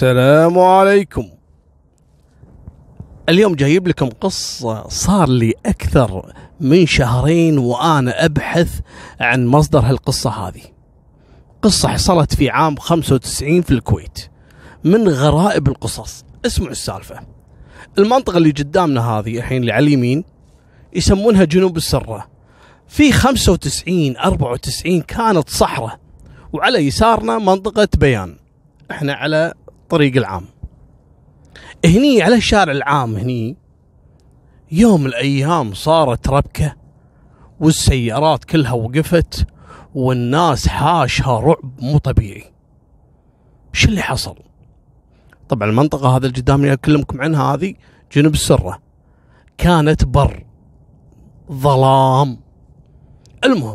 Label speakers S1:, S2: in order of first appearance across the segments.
S1: السلام عليكم. اليوم جايب لكم قصة صار لي أكثر من شهرين وأنا أبحث عن مصدر هالقصة هذه. قصة حصلت في عام 95 في الكويت، من غرائب القصص. اسمعوا السالفة. المنطقة اللي قدامنا هذه الحين اللي على اليمين يسمونها جنوب السرة. في 95 94 كانت صحراء، وعلى يسارنا منطقة بيان، احنا على طريق العام. هني على الشارع العام هني يوم من الأيام صارت ربكة، والسيارات كلها وقفت، والناس حاشها رعب مو طبيعي. شو اللي حصل؟ طبعا المنطقة هذا اللي قدامي أكلمكم عنها هذه جنوب السرة، كانت بر ظلام. المهم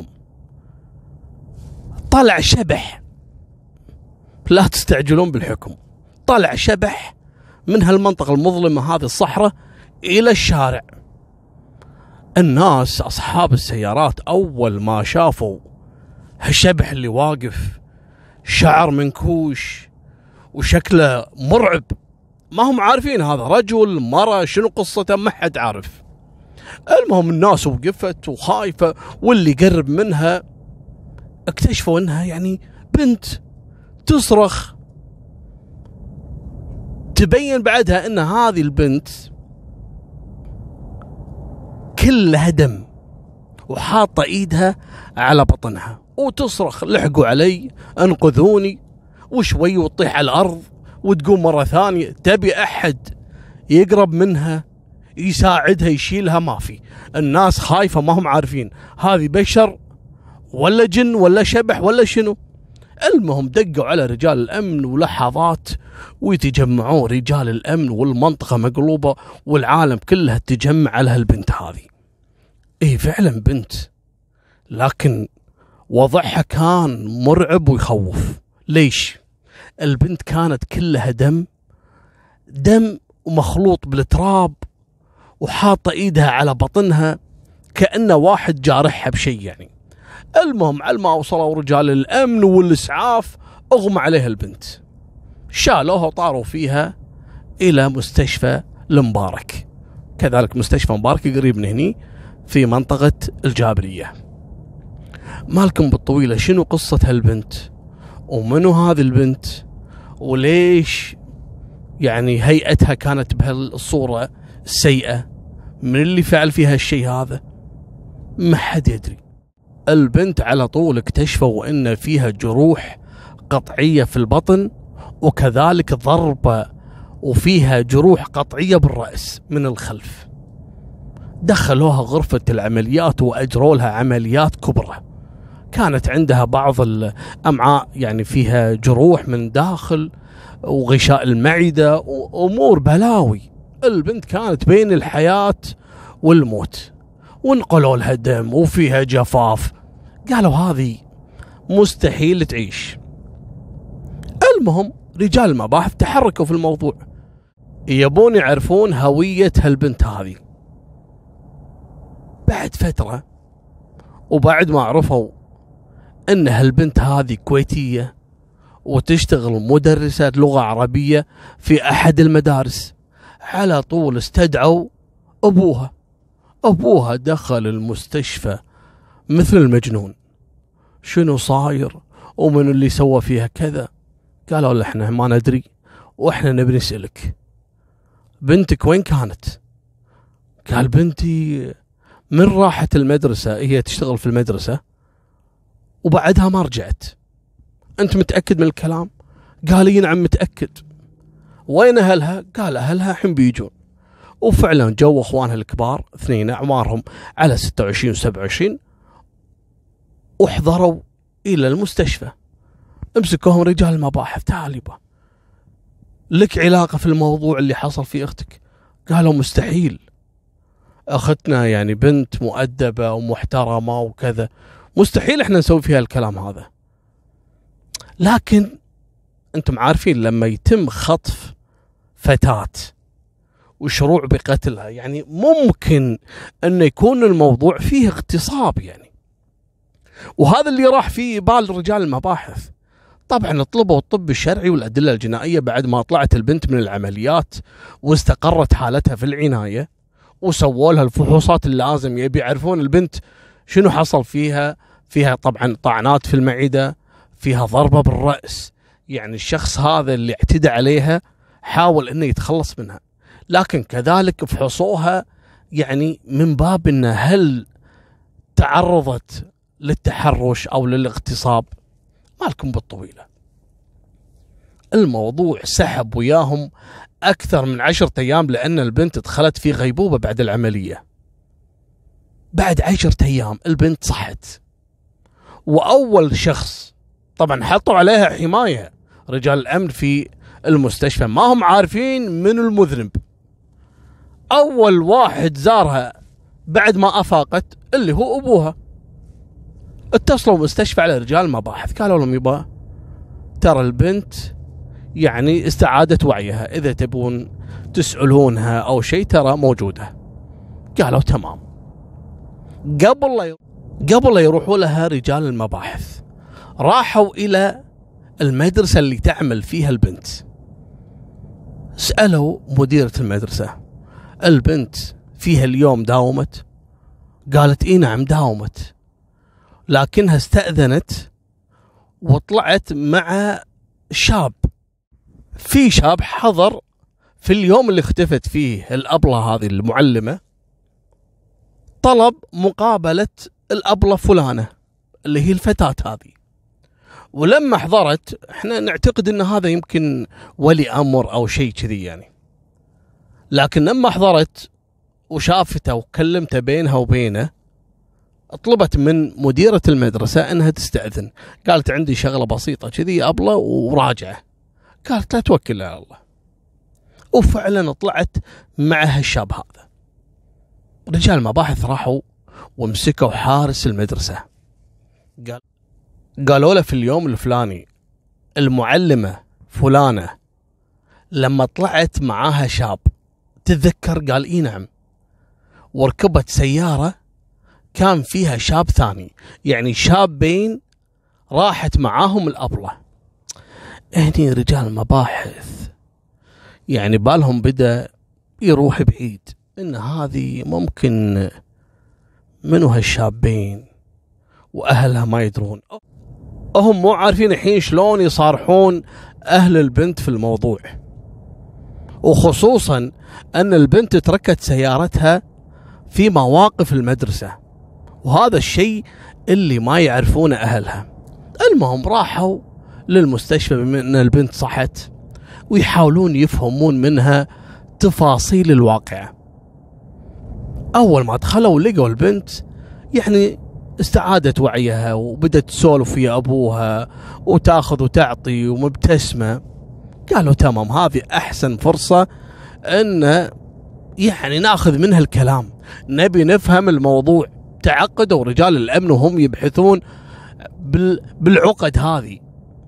S1: طلع شبح، لا تستعجلون بالحكم، طلع شبح من هالمنطقة المظلمة هذه الصحراء إلى الشارع. الناس أصحاب السيارات أول ما شافوا هالشبح اللي واقف، شعر منكوش وشكله مرعب، ما هم عارفين هذا رجل مرة شنو قصته، ما حد عارف. المهم الناس وقفت وخايفة، واللي قرب منها اكتشفوا انها يعني بنت تصرخ. تبين بعدها ان هذه البنت كلها دم، وحاطة ايدها على بطنها وتصرخ لحقوا علي انقذوني، وشوي وتطيح على الارض وتقوم مرة ثانية. تبي احد يقرب منها يساعدها يشيلها، ما في. الناس خايفة، ما هم عارفين هذه بشر ولا جن ولا شبح ولا شنو. المهم دقوا على رجال الأمن، ولحظات ويتجمعون رجال الأمن، والمنطقة مقلوبة، والعالم كلها تجمع على هالبنت هذه. ايه فعلا بنت، لكن وضعها كان مرعب ويخوف. ليش؟ البنت كانت كلها دم ومخلوط بالتراب، وحاطة ايدها على بطنها كأنه واحد جارحها بشيء يعني. المهم على ما وصلوا رجال الأمن والإسعاف أغمى عليها البنت، شالوها وطاروا فيها إلى مستشفى المبارك، كذلك مستشفى مبارك قريب من هني في منطقة الجابرية. مالكم بالطويلة، شنو قصة هالبنت ومنو هذه البنت وليش يعني هيئتها كانت بهالصورة السيئة؟ من اللي فعل فيها الشيء هذا؟ ما حد يدري. البنت على طول اكتشفوا ان فيها جروح قطعية في البطن، وكذلك ضربة، وفيها جروح قطعية بالرأس من الخلف. دخلوها غرفة العمليات وأجروا لها عمليات كبرى. كانت عندها بعض الأمعاء يعني فيها جروح من داخل، وغشاء المعدة، وأمور بلاوي. البنت كانت بين الحياة والموت، ونقلوا لها دم وفيها جفاف. قالوا هذه مستحيل تعيش. المهم رجال المباحث تحركوا في الموضوع، يبون يعرفون هوية هالبنت هذه. بعد فترة وبعد ما عرفوا ان هالبنت هذه كويتية وتشتغل مدرسة لغة عربية في احد المدارس، على طول استدعوا ابوها دخل المستشفى مثل المجنون. شنو صاير ومن اللي سوى فيها كذا؟ قالوا له احنا ما ندري، واحنا نبي نسألك بنتك وين كانت؟ قال بنتي من راحت المدرسة، هي تشتغل في المدرسة وبعدها ما رجعت. انت متأكد من الكلام؟ قال اي نعم متأكد. وين اهلها؟ قال اهلها الحين بيجون. وفعلا جو اخوانها الكبار اثنين اعمارهم على 26 و27، وحضروا الى المستشفى. امسكوهم رجال المباحث، تعال يبا لك علاقة في الموضوع اللي حصل في اختك؟ قالوا مستحيل، اختنا يعني بنت مؤدبة ومحترمة وكذا، مستحيل احنا نسوي فيها الكلام هذا. لكن انتم عارفين لما يتم خطف فتاة وشروع بقتلها، يعني ممكن أن يكون الموضوع فيه اغتصاب يعني. وهذا اللي راح فيه بال رجال المباحث. طبعا طلبوا الطب الشرعي والأدلة الجنائية بعد ما طلعت البنت من العمليات واستقرت حالتها في العناية، وسووا لها الفحوصات اللازم، يبي يعرفون البنت شنو حصل فيها. فيها طبعا طعنات في المعدة، فيها ضربة بالرأس، يعني الشخص هذا اللي اعتدى عليها حاول انه يتخلص منها، لكن كذلك فحصوها يعني من باب انه هل تعرضت للتحرش او للاغتصاب. مالكم بالطويلة، الموضوع سحب وياهم اكثر من 10 ايام، لان البنت دخلت في غيبوبة بعد العملية. بعد 10 ايام البنت صحت، واول شخص طبعا حطوا عليها حماية رجال الامن في المستشفى، ما هم عارفين من المذنب. اول واحد زارها بعد ما افاقت اللي هو ابوها، اتصلوا مستشفى على رجال المباحث، قالوا لهم يبا ترى البنت يعني استعادت وعيها، اذا تبون تسألونها او شيء ترى موجودة. قالوا تمام. قبل لا يروحوا لها رجال المباحث راحوا الى المدرسة اللي تعمل فيها البنت، سألوا مديرة المدرسة البنت فيها اليوم داومت؟ قالت اي نعم داومت، لكنها استأذنت وطلعت مع شاب. في شاب حضر في اليوم اللي اختفت فيه الأبلة هذه المعلمة، طلب مقابلة الأبلة فلانة اللي هي الفتاة هذه. ولما حضرت، احنا نعتقد ان هذا يمكن ولي امر او شيء كذي يعني، لكن لما حضرت وشافته وكلمته بينها وبينه، طلبت من مديرة المدرسة انها تستأذن. قالت عندي شغلة بسيطة كذي أبلة وراجعة. قالت لا توكل على الله. وفعلا طلعت معها الشاب هذا. رجال المباحث راحوا ومسكوا حارس المدرسة، قالوا له في اليوم الفلاني المعلمة فلانة لما طلعت معاها شاب تتذكر؟ قال اي نعم، وركبت سيارة كان فيها شاب ثاني، يعني شابين راحت معاهم الأبلة. هني رجال المباحث يعني بالهم بدأ يروح بعيد، ان هذه ممكن منو هالشابين واهلها ما يدرون، هم مو عارفين الحين شلون يصارحون اهل البنت في الموضوع، وخصوصا ان البنت تركت سيارتها في مواقف المدرسة، وهذا الشيء اللي ما يعرفونه اهلها. المهم راحوا للمستشفى بما ان البنت صحت، ويحاولون يفهمون منها تفاصيل الواقعة. اول ما دخلوا لقوا البنت يعني استعادت وعيها، وبدت تسولف ويا ابوها وتاخذ وتعطي ومبتسمة. قالوا تمام، هذه احسن فرصة ان يعني ناخذ منها الكلام، نبي نفهم الموضوع. تعقدوا رجال الامن وهم يبحثون بالعقد هذه،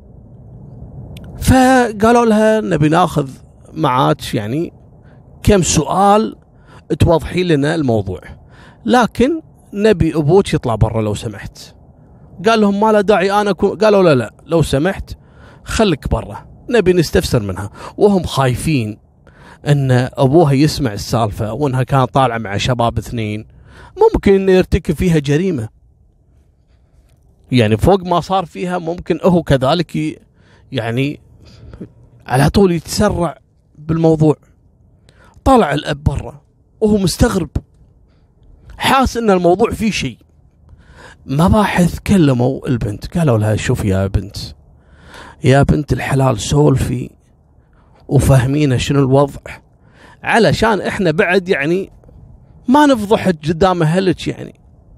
S1: فقالوا لها نبي ناخذ معاك يعني كم سؤال توضحي لنا الموضوع، لكن نبي ابوك يطلع برا لو سمحت. قال لهم ما له داعي انا قالوا لا لا لو سمحت خليك برا، نبي نستفسر منها. وهم خايفين ان ابوها يسمع السالفة، وانها كانت طالعة مع شباب اثنين ممكن يرتكب فيها جريمة، يعني فوق ما صار فيها ممكن هو كذلك يعني على طول يتسرع بالموضوع. طلع الاب برا وهو مستغرب، حاس ان الموضوع فيه شيء. مباحث كلموا البنت، قالوا لها شوف يا بنت الحلال سولفي وفهمينا شنو الوضع، علشان احنا بعد يعني ما نفضحك قدام اهلك يعني.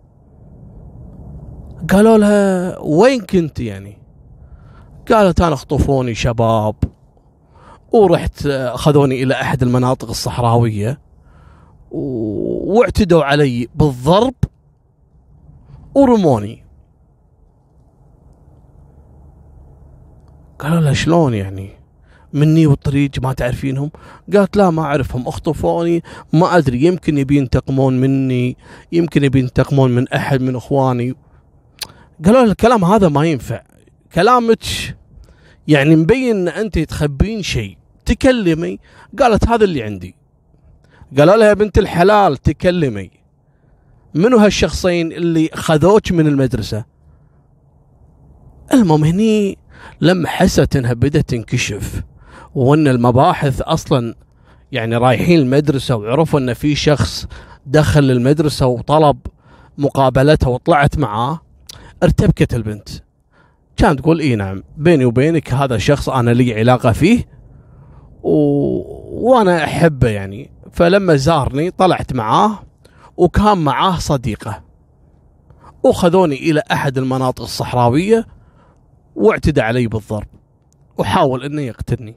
S1: قالوا لها وين كنت يعني؟ قالت انا خطفوني شباب ورحت اخذوني الى احد المناطق الصحراوية واعتدوا علي بالضرب ورموني. قالوا لها شلون يعني مني والطريق ما تعرفينهم؟ قالت لا ما اعرفهم، اخطفوني ما ادري، يمكن يبي ينتقمون مني، يمكن يبي ينتقمون من احد من اخواني. قالوا لها الكلام هذا ما ينفع، كلامك يعني مبين ان انت تخبين شيء، تكلمي. قالت هذا اللي عندي. قالوا لها يا بنت الحلال تكلمي، منو هالشخصين اللي خذوك من المدرسة؟ المهم هني لما حست انها بدأت تنكشف، وان المباحث اصلا يعني رايحين المدرسة، وعرفوا ان في شخص دخل المدرسة وطلب مقابلتها وطلعت معاه، ارتبكت البنت. كانت تقول اي نعم بيني وبينك هذا الشخص انا لي علاقة فيه وانا احبه يعني، فلما زارني طلعت معاه وكان معاه صديقة، وخذوني الى احد المناطق الصحراوية واعتدى علي بالضرب وحاول انه يقتلني.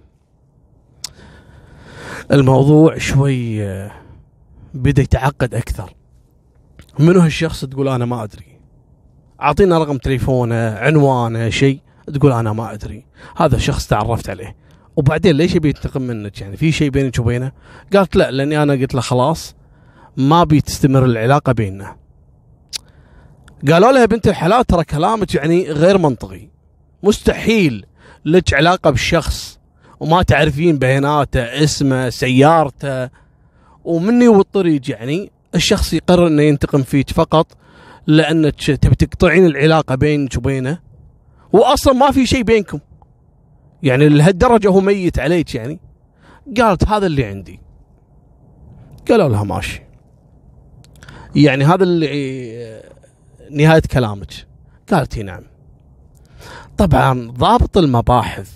S1: الموضوع شوي بدأ يتعقد اكثر. منو هالشخص؟ تقول انا ما ادري، اعطينا رقم تليفونه، عنوانه، شيء. تقول انا ما ادري، هذا الشخص تعرفت عليه. وبعدين ليش يبي ينتقم منك؟ يعني في شيء بينك وبينه؟ قالت لا، لاني انا قلت له خلاص ما بتستمر العلاقه بيننا. قالوا لها بنت الحلال ترى كلامك يعني غير منطقي، مستحيل لك علاقه بالشخص وما تعرفين بياناته، اسمه، سيارته، ومني والطريق يعني الشخص يقرر انه ينتقم فيك فقط لانك تبي تقطعين العلاقه بينك وبينه، واصلا ما في شيء بينكم، يعني لهالدرجه هو ميت عليك يعني. قالت هذا اللي عندي. قالوا لها ماشي، يعني هذا اللي نهايه كلامك؟ قالت نعم. طبعا ضابط المباحث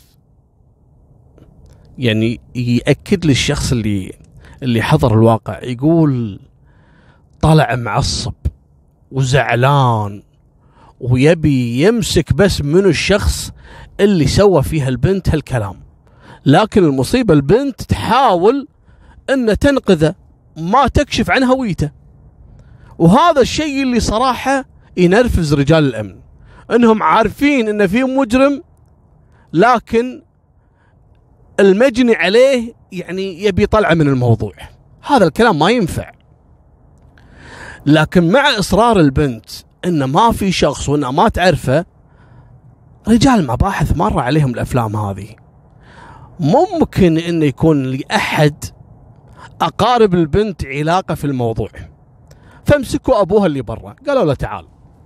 S1: يعني يأكد للشخص اللي حضر الواقع، يقول طلع معصب وزعلان ويبي يمسك بس منو الشخص اللي سوى فيها البنت هالكلام، لكن المصيبة البنت تحاول ان تنقذه، ما تكشف عن هويته. وهذا الشيء اللي صراحة ينرفز رجال الامن، انهم عارفين ان في مجرم لكن المجني عليه يعني يبي يطلع من الموضوع. هذا الكلام ما ينفع. لكن مع اصرار البنت ان ما في شخص وانها ما تعرفه، رجال المباحث مر عليهم الافلام هذه. ممكن ان يكون لاحد اقارب البنت علاقه في الموضوع، فامسكوا ابوها اللي برا قالوا له تعال،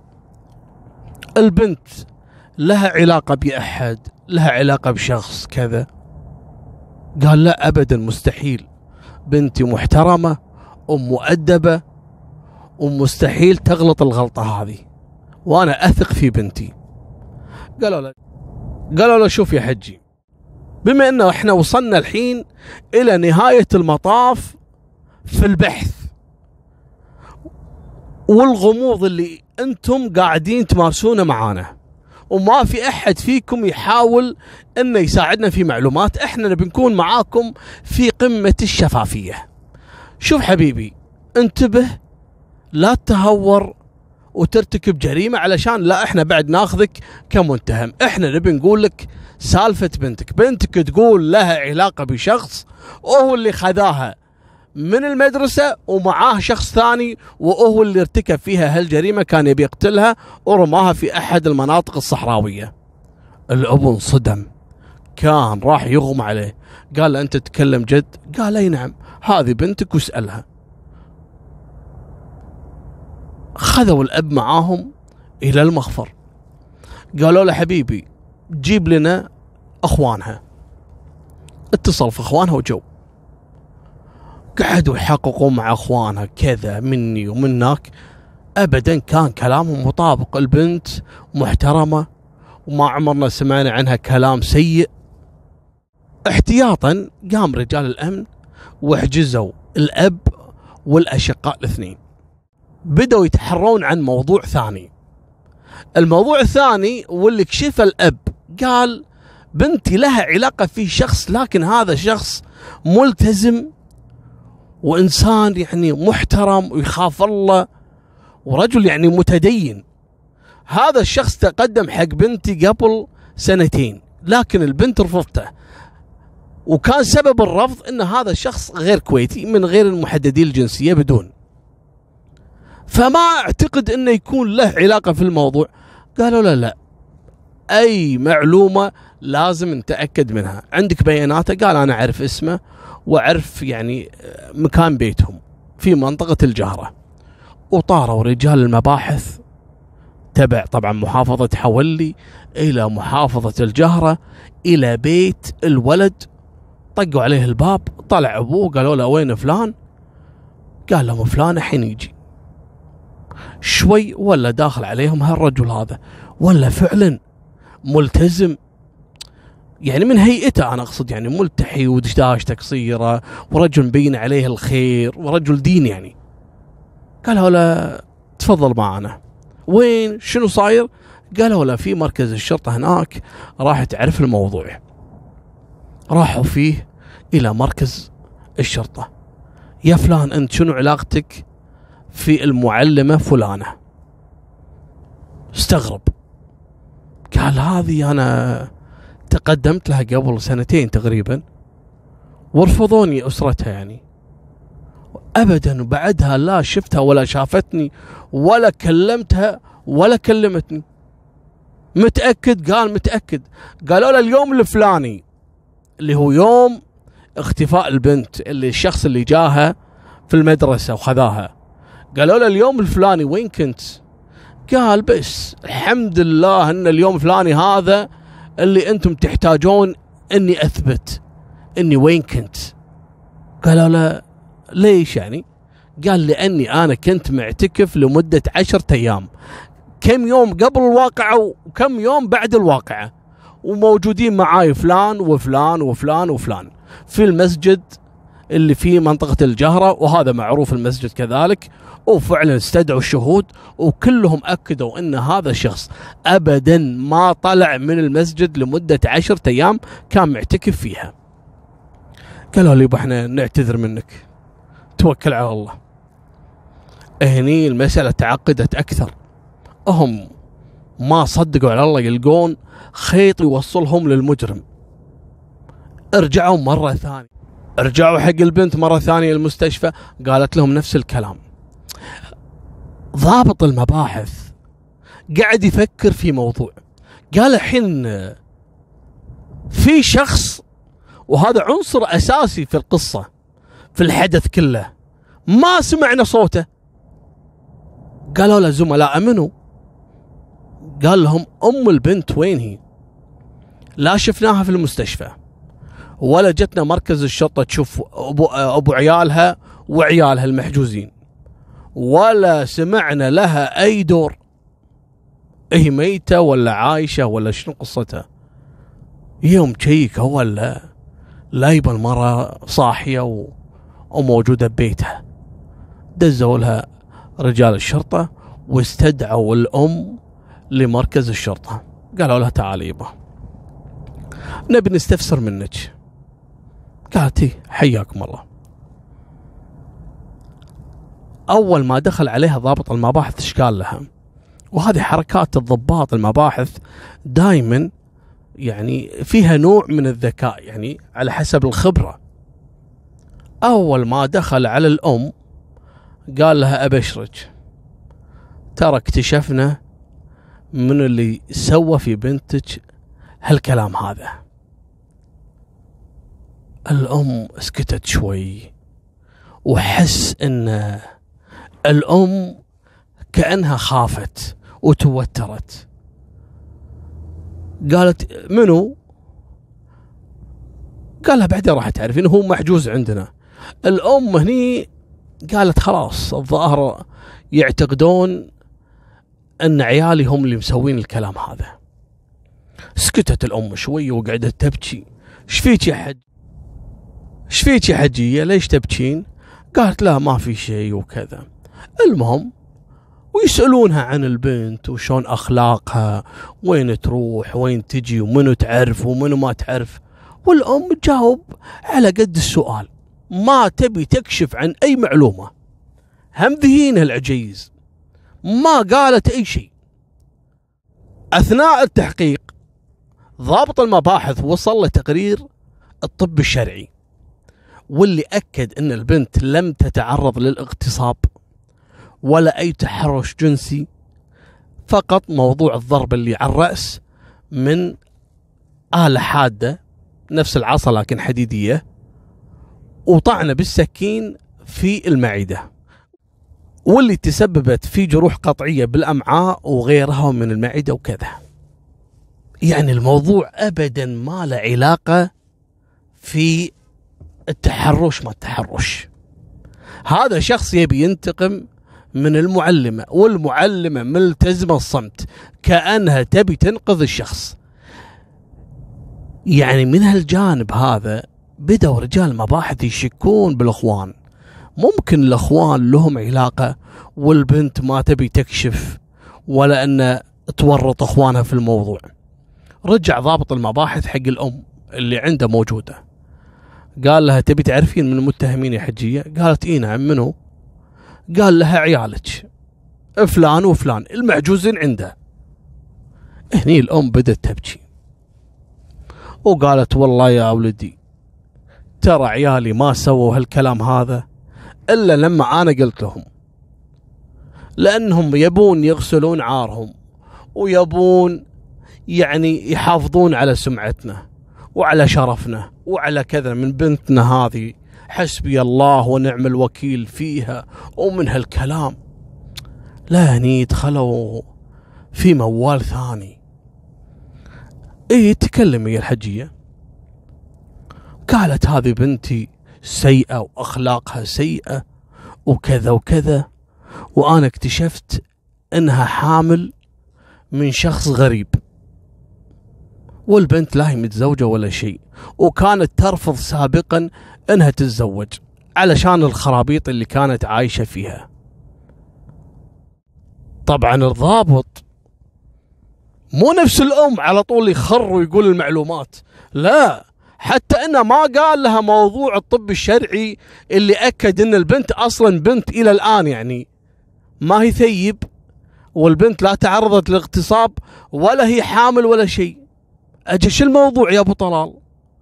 S1: البنت لها علاقه باحد، لها علاقه بشخص كذا. قال لا ابدا، مستحيل، بنتي محترمه ومؤدبه ومستحيل تغلط الغلطه هذه، وانا اثق في بنتي. قالوا له شوف يا حجي، بما انه احنا وصلنا الحين الى نهايه المطاف في البحث والغموض اللي انتم قاعدين تمارسونه معانا، وما في احد فيكم يحاول انه يساعدنا في معلومات، احنا نبي نكون معاكم في قمة الشفافية. شوف حبيبي، انتبه لا تتهور وترتكب جريمة علشان لا احنا بعد ناخذك كمتهم. احنا نبي نقول لك سالفة بنتك تقول لها علاقة بشخص وهو اللي خذاها من المدرسة ومعاه شخص ثاني، وهو اللي ارتكب فيها هالجريمة، كان يبي يقتلها ورماها في أحد المناطق الصحراوية. الأب انصدم، كان راح يغمى عليه. قال له أنت تتكلم جد؟ قال أي نعم، هذه بنتك واسألها. خذوا الأب معاهم إلى المخفر، قالوا له حبيبي جيب لنا أخوانها. اتصل في أخوانها وجو، قعدوا يحققوا مع اخوانها كذا مني ومنك، ابدا كان كلامهم مطابق، البنت محترمه وما عمرنا سمعنا عنها كلام سيء. احتياطا قام رجال الامن وحجزوا الاب والاشقاء الاثنين، بدأوا يتحرون عن موضوع ثاني. الموضوع الثاني واللي كشف الاب، قال بنتي لها علاقه في شخص، لكن هذا شخص ملتزم وإنسان يعني محترم ويخاف الله ورجل يعني متدين. هذا الشخص تقدم حق بنتي قبل 2 لكن البنت رفضته، وكان سبب الرفض ان هذا الشخص غير كويتي من غير المحددين الجنسية بدون، فما اعتقد انه يكون له علاقة في الموضوع. قالوا لا اي معلومة لازم نتأكد منها. عندك بياناته؟ قال أنا أعرف اسمه وأعرف يعني مكان بيتهم في منطقة الجهرة. وطاروا رجال المباحث تبع طبعا محافظة حولي إلى محافظة الجهرة إلى بيت الولد. طقوا عليه الباب، طلع أبوه، قالوا له وين فلان؟ قال لهم فلان الحين يجي. شوي ولا داخل عليهم هالرجل هذا، ولا فعلا ملتزم يعني من هيئته، أنا أقصد يعني ملتحي ودشداشته قصيرة ورجل مبين عليه الخير ورجل دين يعني. قالوا له تفضل معنا. وين؟ شنو صاير؟ قالوا له في مركز الشرطة هناك، راح تعرف الموضوع. راحوا فيه إلى مركز الشرطة. يا فلان أنت شنو علاقتك في المعلمة فلانة؟ استغرب، قال هذه أنا تقدمت لها قبل 2 تقريبا ورفضوني أسرتها يعني أبدا، وبعدها لا شفتها ولا شافتني ولا كلمتها ولا كلمتني. متأكد؟ قال متأكد. قالوا له اليوم الفلاني اللي هو يوم اختفاء البنت، اللي الشخص اللي جاها في المدرسة وخذاها، قالوا له اليوم الفلاني وين كنت؟ قال بس الحمد لله ان اليوم الفلاني هذا اللي انتم تحتاجون اني اثبت اني وين كنت. قالوا له ليش يعني؟ قال لاني انا كنت معتكف لمدة 10 ايام، كم يوم قبل الواقعة وكم يوم بعد الواقعة، وموجودين معاي فلان وفلان وفلان وفلان في المسجد اللي في منطقة الجهرة، وهذا معروف المسجد كذلك. وفعلا استدعوا الشهود وكلهم أكدوا أن هذا الشخص أبدا ما طلع من المسجد لمدة 10 أيام كان معتكف فيها. قالوا لي احنا نعتذر منك، توكل على الله. هني المسألة تعقدت أكثر، هم ما صدقوا على الله يلقون خيط يوصلهم للمجرم. ارجعوا مرة ثانية، رجعوا حق البنت مرة ثانية المستشفى، قالت لهم نفس الكلام. ضابط المباحث قاعد يفكر في موضوع، قال الحين في شخص وهذا عنصر أساسي في القصة في الحدث كله ما سمعنا صوته. قالوا له زملاء منه؟ قال لهم أم البنت وين هي؟ لا شفناها في المستشفى ولا جتنا مركز الشرطة تشوف أبو عيالها وعيالها المحجوزين، ولا سمعنا لها أي دور. هي ميتة ولا عايشة ولا شنو قصتها؟ يوم تشيك هو لا يبقى المرة صاحية وموجودة ببيتها. دزوا لها رجال الشرطة واستدعوا الأم لمركز الشرطة، قالوا لها تعالي يبا نبي نستفسر منك. قالت حياكم الله. أول ما دخل عليها ضابط المباحث ايش قال لها؟ وهذه حركات الضباط المباحث دائما يعني فيها نوع من الذكاء يعني على حسب الخبرة. أول ما دخل على الأم قال لها أبشرك ترى اكتشفنا من اللي سوى في بنتك هالكلام هذا. الأم سكتت شوي وحس ان الأم كأنها خافت وتوترت. قالت منو؟ قال لها بعدين راح تعرفين هو محجوز عندنا. الأم هني قالت خلاص الظاهر يعتقدون أن عيالي هم اللي مسوين الكلام هذا. سكتت الأم شوي وقعدت تبكي. شفيك يا حج؟ شفيك يا حجية ليش تبكين؟ قالت لا ما في شيء وكذا. المهم ويسألونها عن البنت وشون أخلاقها، وين تروح وين تجي ومنو تعرف ومنو ما تعرف، والأم تجاوب على قد السؤال، ما تبي تكشف عن أي معلومة. هم ذهينها العجيز ما قالت أي شيء. أثناء التحقيق ضابط المباحث وصل لتقرير الطب الشرعي واللي أكد أن البنت لم تتعرض للاغتصاب ولا أي تحرش جنسي، فقط موضوع الضرب اللي على الرأس من آلة حادة نفس العصا لكن حديدية، وطعنه بالسكين في المعدة، واللي تسببت في جروح قطعية بالأمعاء وغيرها من المعدة وكذا. يعني الموضوع أبدا ما له علاقة في التحرش، ما التحرش، هذا شخص يبي ينتقم من المعلمة، والمعلمة ملتزمة الصمت كأنها تبي تنقذ الشخص. يعني من هالجانب هذا بدأوا رجال المباحث يشكون بالأخوان. ممكن الأخوان لهم علاقة والبنت ما تبي تكشف ولا أن تورط أخوانها في الموضوع. رجع ضابط المباحث حق الأم اللي عنده موجودة، قال لها تبي تعرفين من المتهمين يا حجية؟ قالت إيه نعم، منو؟ قال لها عيالك فلان وفلان المعجوزين عنده. هني الأم بدأت تبكي وقالت والله يا ولدي ترى عيالي ما سووا هالكلام هذا إلا لما أنا قلت لهم، لأنهم يبون يغسلون عارهم ويبون يعني يحافظون على سمعتنا وعلى شرفنا وعلى كذا من بنتنا هذه، حسبي الله ونعم الوكيل فيها ومن هالكلام. لا هني دخلوا في موال ثاني. ايه تكلمي يا الحجية. قالت هذه بنتي سيئة وأخلاقها سيئة وكذا وكذا، وأنا اكتشفت أنها حامل من شخص غريب، والبنت لا هي متزوجة ولا شيء، وكانت ترفض سابقا أنها تتزوج علشان الخرابيط اللي كانت عايشة فيها. طبعا الضابط مو نفس الأم على طول يخر ويقول المعلومات، لا، حتى انه ما قال لها موضوع الطب الشرعي اللي اكد ان البنت اصلا بنت الى الان، يعني ما هي ثيب والبنت لا تعرضت لاغتصاب ولا هي حامل ولا شيء. اجل شو الموضوع يا ابو طلال؟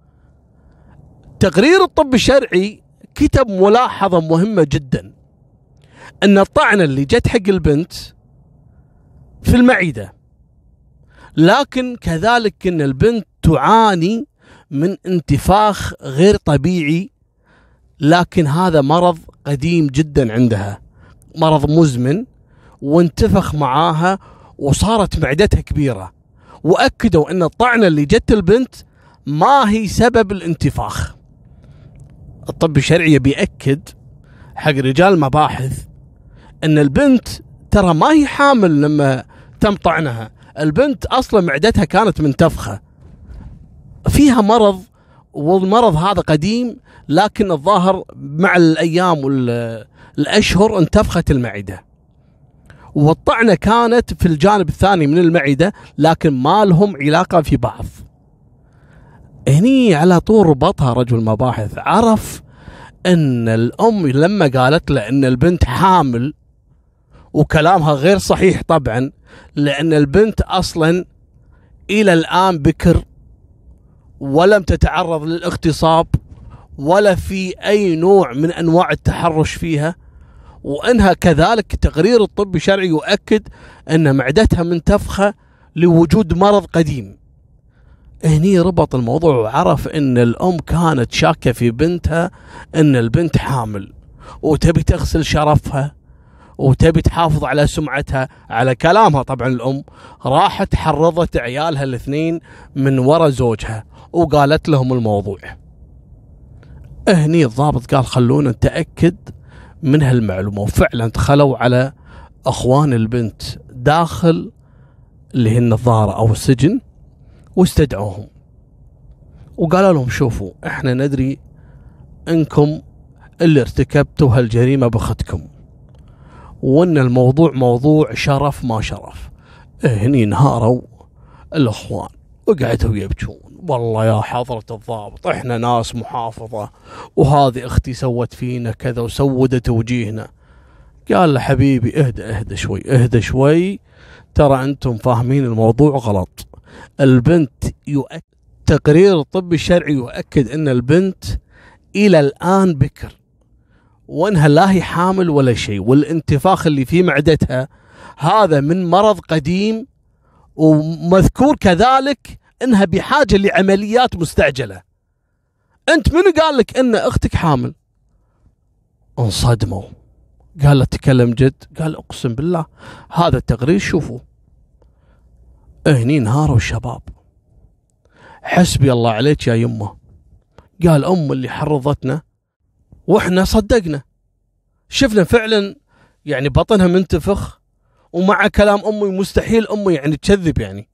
S1: تقرير الطب الشرعي كتب ملاحظة مهمة جدا، ان الطعنة اللي جت حق البنت في المعدة، لكن كذلك ان البنت تعاني من انتفاخ غير طبيعي، لكن هذا مرض قديم جدا عندها، مرض مزمن، وانتفخ معاها وصارت معدتها كبيرة، وأكدوا أن الطعنة اللي جت البنت ما هي سبب الانتفاخ. الطب الشرعي بيأكد حق رجال مباحث أن البنت ترى ما هي حامل لما تم طعنها، البنت أصلا معدتها كانت منتفخة، فيها مرض، والمرض هذا قديم، لكن الظاهر مع الأيام والأشهر انتفخت المعدة، والطعنة كانت في الجانب الثاني من المعدة، لكن ما لهم علاقة في بعض. هني على طول ربطها رجل مباحث، عرف أن الأم لما قالت له أن البنت حامل، وكلامها غير صحيح طبعا، لأن البنت أصلا إلى الآن بكر ولم تتعرض للاغتصاب ولا في أي نوع من أنواع التحرش فيها، وأنها كذلك تقرير الطب الشرعي يؤكد أن معدتها منتفخة لوجود مرض قديم. هني ربط الموضوع وعرف أن الأم كانت شاكة في بنتها أن البنت حامل وتبي تغسل شرفها وتبي تحافظ على سمعتها. على كلامها طبعا الأم راحت حرضت عيالها الاثنين من وراء زوجها وقالت لهم الموضوع. هني الضابط قال خلونا نتأكد من هالمعلومة، وفعلا دخلوا على أخوان البنت داخل اللي هن الظاهرة أو السجن، واستدعوهم وقالوا لهم شوفوا احنا ندري انكم اللي ارتكبتوا هالجريمة بختكم، وان الموضوع موضوع شرف ما شرف. هني انهاروا الاخوان وقعدوا يبكون، والله يا حضرة الضابط احنا ناس محافظة وهذه اختي سوت فينا كذا وسودت وجيهنا. قال له حبيبي اهدى شوي، اهدى شوي، ترى انتم فاهمين الموضوع غلط. البنت تقرير الطب الشرعي يؤكد ان البنت الى الان بكر، وانها لا هي حامل ولا شيء، والانتفاخ اللي في معدتها هذا من مرض قديم، ومذكور كذلك انها بحاجة لعمليات مستعجلة. انت من قال لك ان اختك حامل؟ انصدموا. قال له تكلم جد؟ قال اقسم بالله هذا التقرير شوفوا. هني انهاروا الشباب. حسبي الله عليك يا يمه. قال ام اللي حرضتنا واحنا صدقنا، شفنا فعلا يعني بطنها منتفخ، ومع كلام امي مستحيل امي يعني تكذب. يعني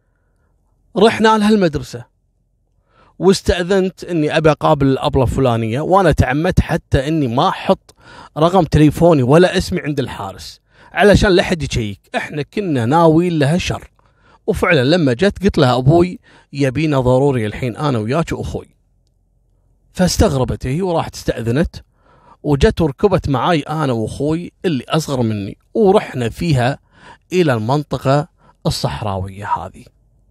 S1: رحنا لها المدرسه واستأذنت اني ابي اقابل الابله الفلانيه، وانا تعمدت حتى اني ما احط رقم تليفوني ولا اسمي عند الحارس علشان لا حد يشيك. احنا كنا ناويين لها شر. وفعلا لما جت قلت لها ابوي يبينا ضروري الحين انا وياك واخوي. فاستغربت هي وراحت استأذنت وجت وركبت معاي انا واخوي اللي اصغر مني، ورحنا فيها الى المنطقه الصحراويه هذه.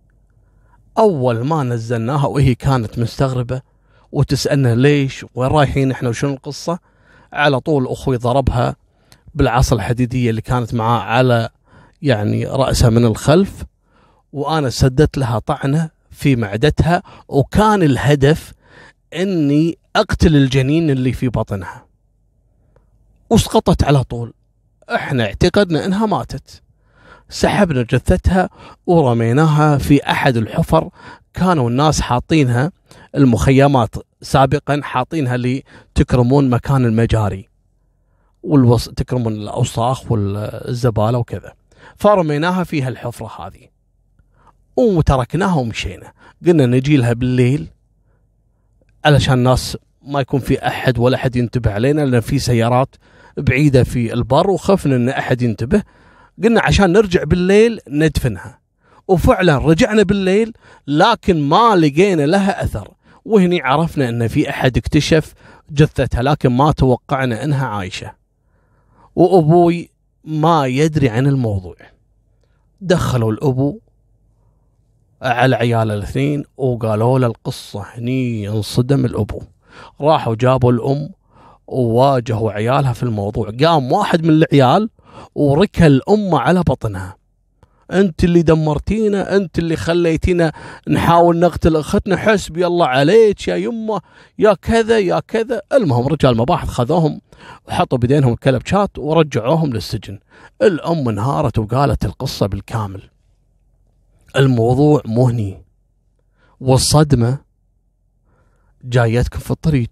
S1: اول ما نزلناها وهي كانت مستغربه وتسالنا ليش وين رايحين احنا وشنو القصه، على طول اخوي ضربها بالعصا الحديديه اللي كانت معاه على يعني راسها من الخلف، وانا سددت لها طعنه في معدتها، وكان الهدف اني اقتل الجنين اللي في بطنها. وسقطت على طول. احنا اعتقدنا انها ماتت. سحبنا جثتها ورميناها في احد الحفر كانوا الناس حاطينها، المخيمات سابقا حاطينها لتكرمون مكان المجاري تكرمون الاوساخ والزباله وكذا. فرميناها في هالحفره هذه وتركناها ومشينا. قلنا نجي لها بالليل علشان الناس ما يكون في احد ولا احد ينتبه علينا، لان في سيارات بعيده في البر وخفنا ان احد ينتبه. قلنا عشان نرجع بالليل ندفنها. وفعلا رجعنا بالليل لكن ما لقينا لها اثر، وهني عرفنا ان في احد اكتشف جثتها، لكن ما توقعنا انها عايشه. وابوي ما يدري عن الموضوع. دخلوا الابو على عيال الاثنين وقالوا له القصه. هني انصدم الابو. راحوا جابوا الام وواجهوا عيالها في الموضوع. قام واحد من العيال وركل الام على بطنها. انت اللي دمرتينا، انت اللي خليتينا نحاول نقتل اختنا، حسبي الله عليك يا يمه يا كذا يا كذا. المهم رجال مباحث خذوهم وحطوا بيدينهم الكلبشات ورجعوهم للسجن. الام انهارت وقالت القصه بالكامل. الموضوع مهني والصدمه جايتكم في الطريق.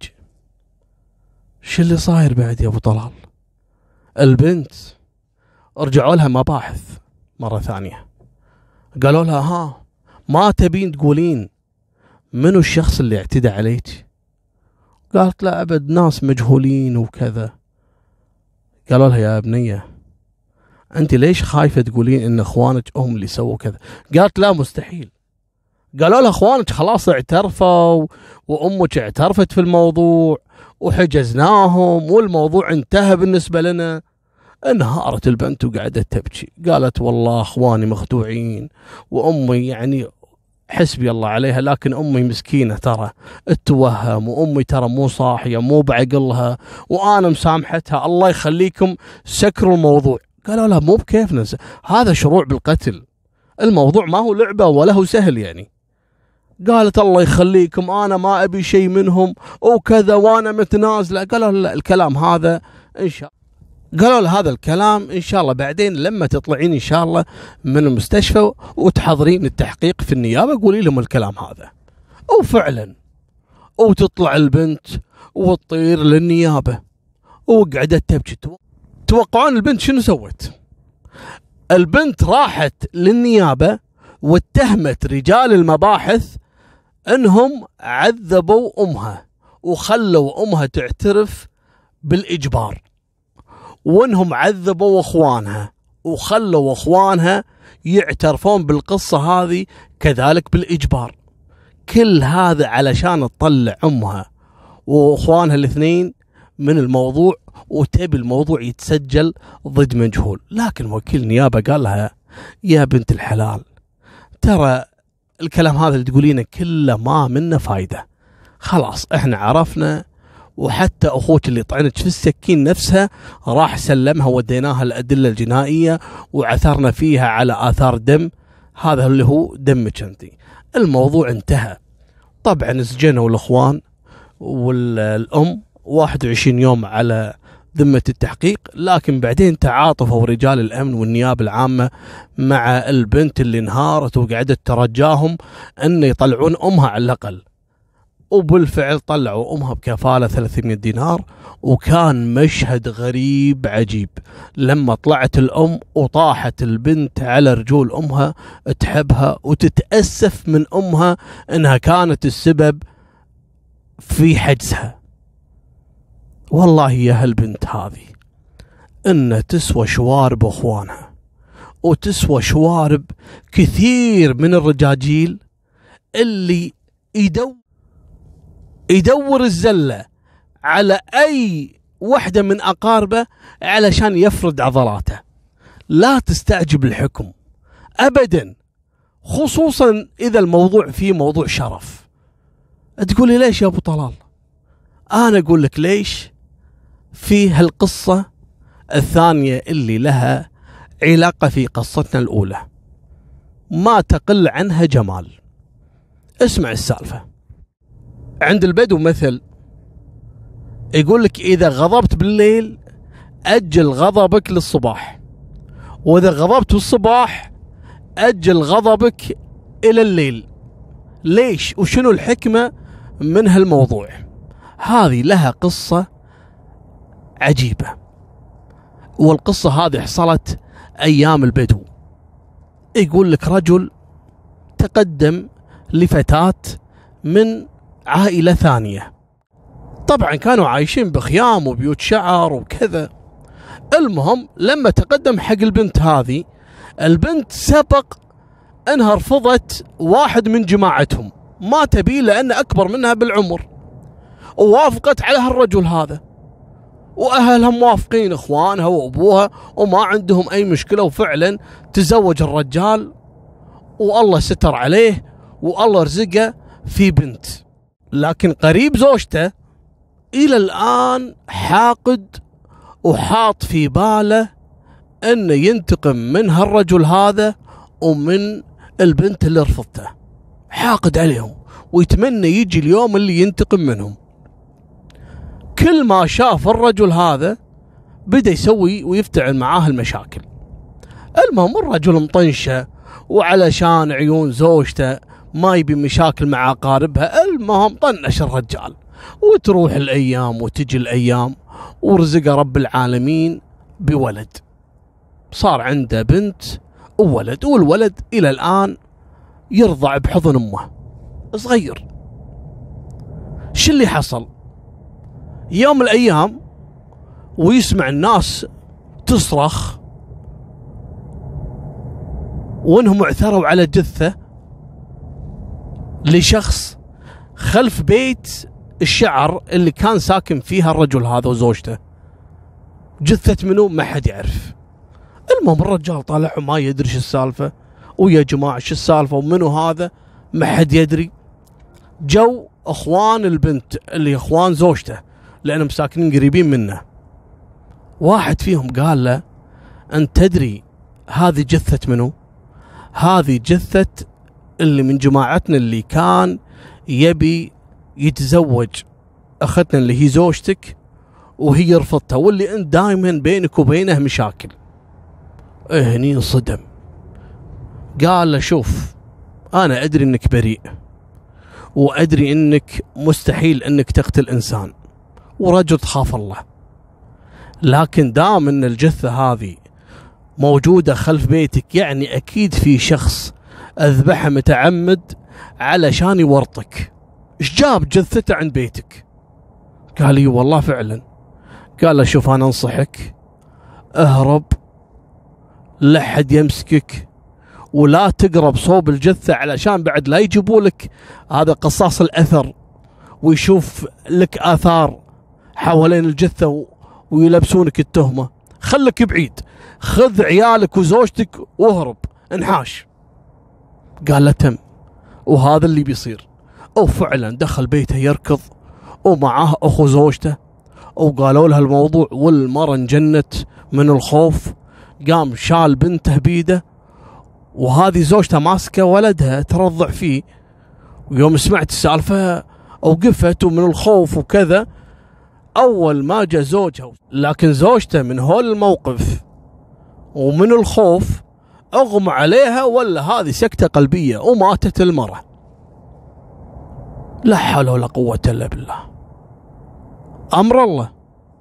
S1: شو اللي صاير بعد يا ابو طلال؟ البنت رجعوا لها مباحث مرة ثانية، قالوا لها ها ما تبين تقولين منو الشخص اللي اعتدى عليك؟ قالت لا أبد ناس مجهولين وكذا. قالوا لها يا ابنية أنت ليش خايفة تقولين إن إخوانك هم اللي سووا كذا؟ قالت لا مستحيل. قالوا لها إخوانك خلاص اعترفوا وأمك اعترفت في الموضوع وحجزناهم والموضوع انتهى بالنسبة لنا. انهارت البنت وقعدت تبكي. قالت والله اخواني مخدوعين وامي يعني حسبي الله عليها، لكن امي مسكينه ترى اتوهم، وامي ترى مو صاحيه مو بعقلها، وانا مسامحتها الله يخليكم سكروا الموضوع. قالوا لا مو بكيفنا، هذا شروع بالقتل، الموضوع ما هو لعبه ولا هو سهل يعني. قالت الله يخليكم انا ما ابي شيء منهم وكذا وانا متنازله. قالوا لا الكلام هذا ان شاء الله، قالوا له هذا الكلام ان شاء الله بعدين لما تطلعين ان شاء الله من المستشفى وتحضرين التحقيق في النيابه قولي لهم الكلام هذا. وفعلا وتطلع البنت وتطير للنيابه وقعدت تبكي. توقعون البنت شنو سوت؟ البنت راحت للنيابه واتهمت رجال المباحث انهم عذبوا امها وخلوا امها تعترف بالاجبار، وانهم عذبوا اخوانها وخلوا اخوانها يعترفون بالقصة هذه كذلك بالاجبار. كل هذا علشان تطلع امها واخوانها الاثنين من الموضوع وتبي الموضوع يتسجل ضد مجهول. لكن وكيل نيابة قال لها يا بنت الحلال ترى الكلام هذا اللي تقولينه كله ما منه فايدة، خلاص احنا عرفنا، وحتى اخوك اللي طعنك في السكين نفسها راح سلمها وديناها الادله الجنائيه وعثرنا فيها على اثار دم، هذا اللي هو دمك انت. الموضوع انتهى. طبعا سجنوا الإخوان والأم 21 يوم على ذمة التحقيق، لكن بعدين تعاطفوا رجال الأمن والنيابة العامة مع البنت اللي انهارت وقعدت ترجاهم أن يطلعون أمها على الأقل، وبالفعل طلعوا أمها بكفالة 300 دينار. وكان مشهد غريب عجيب لما طلعت الأم وطاحت البنت على رجول أمها تحبها وتتأسف من أمها أنها كانت السبب في حجزها. والله يا هالبنت هذه إن تسوى شوارب أخوانها، وتسوى شوارب كثير من الرجاجيل اللي يدور الزلة على أي وحدة من أقاربه علشان يفرد عضلاته. لا تستعجب الحكم أبدا، خصوصا إذا الموضوع فيه موضوع شرف. تقولي ليش يا أبو طلال؟ أنا أقول لك ليش في هالقصة الثانية اللي لها علاقة في قصتنا الأولى، ما تقل عنها جمال. اسمع السالفة. عند البدو مثل يقول لك إذا غضبت بالليل أجل غضبك للصباح، وإذا غضبت بالصباح أجل غضبك إلى الليل. ليش وشنو الحكمة من هالموضوع؟ هذه لها قصة عجيبة، والقصة هذه حصلت أيام البدو. يقول لك رجل تقدم لفتاة من عائلة ثانية، طبعا كانوا عايشين بخيام وبيوت شعر وكذا. المهم لما تقدم حق البنت هذه، البنت سبق انها رفضت واحد من جماعتهم، ما تبي لأنه أكبر منها بالعمر، ووافقت على هالرجل هذا، وأهلها موافقين، إخوانها وأبوها، وما عندهم أي مشكلة. وفعلا تزوج الرجال والله ستر عليه والله رزقه في بنت. لكن قريب زوجته إلى الآن حاقد وحاط في باله أنه ينتقم من هالرجل هذا ومن البنت اللي رفضته، حاقد عليهم ويتمنى يجي اليوم اللي ينتقم منهم. كل ما شاف الرجل هذا بدأ يسوي ويفتعل معاه المشاكل. المهم الرجل مطنشه، وعلشان عيون زوجته ما يبي مشاكل مع أقاربها، المهم طنش الرجال. وتروح الأيام وتجي الأيام، ورزق رب العالمين بولد، صار عنده بنت وولد، والولد إلى الآن يرضع بحضن أمه صغير. شو اللي حصل؟ يوم من الأيام ويسمع الناس تصرخ وانهم اعثروا على جثة لشخص خلف بيت الشعر اللي كان ساكن فيها الرجل هذا وزوجته. جثة منو ما حد يعرف. المهم الرجال طالع وما يدري شو السالفة، ويا جماعة شو السالفة ومنو هذا ما حد يدري. جو اخوان البنت اللي اخوان زوجته لانهم ساكنين قريبين منه، واحد فيهم قال له انت تدري هذه جثة منو؟ هذه جثة اللي من جماعتنا اللي كان يبي يتزوج اختنا اللي هي زوجتك، وهي رفضتها، واللي انت دائما بينك وبينه مشاكل. هني انصدم، قال له شوف انا ادري انك بريء، وادري انك مستحيل انك تقتل انسان، ورجل تخاف الله، لكن دام ان الجثة هذه موجودة خلف بيتك يعني اكيد في شخص اذبحها متعمد علشان يورطك. ايش جاب جثته عند بيتك؟ قال لي والله فعلا. قال له شوف انا انصحك اهرب، لا حد يمسكك، ولا تقرب صوب الجثة علشان بعد لا يجيبوا لك هذا قصاص الاثر ويشوف لك اثار حوالين الجثة ويلبسونك التهمة. خلك بعيد، خذ عيالك وزوجتك واهرب انحاش. قال له تم، وهذا اللي بيصير. وفعلا دخل بيته يركض ومعاه اخو زوجته، وقالوا لها الموضوع، والمرة انجنت من الخوف. قام شال بنته بيده، وهذه زوجته ماسكه ولدها ترضع فيه، ويوم سمعت السالفة أوقفت ومن الخوف وكذا. أول ما جاء زوجها، لكن زوجته من هول الموقف ومن الخوف أغمى عليها، ولا هذه سكتة قلبية وماتت المرأة. لا حول ولا قوة إلا بالله. أمر الله.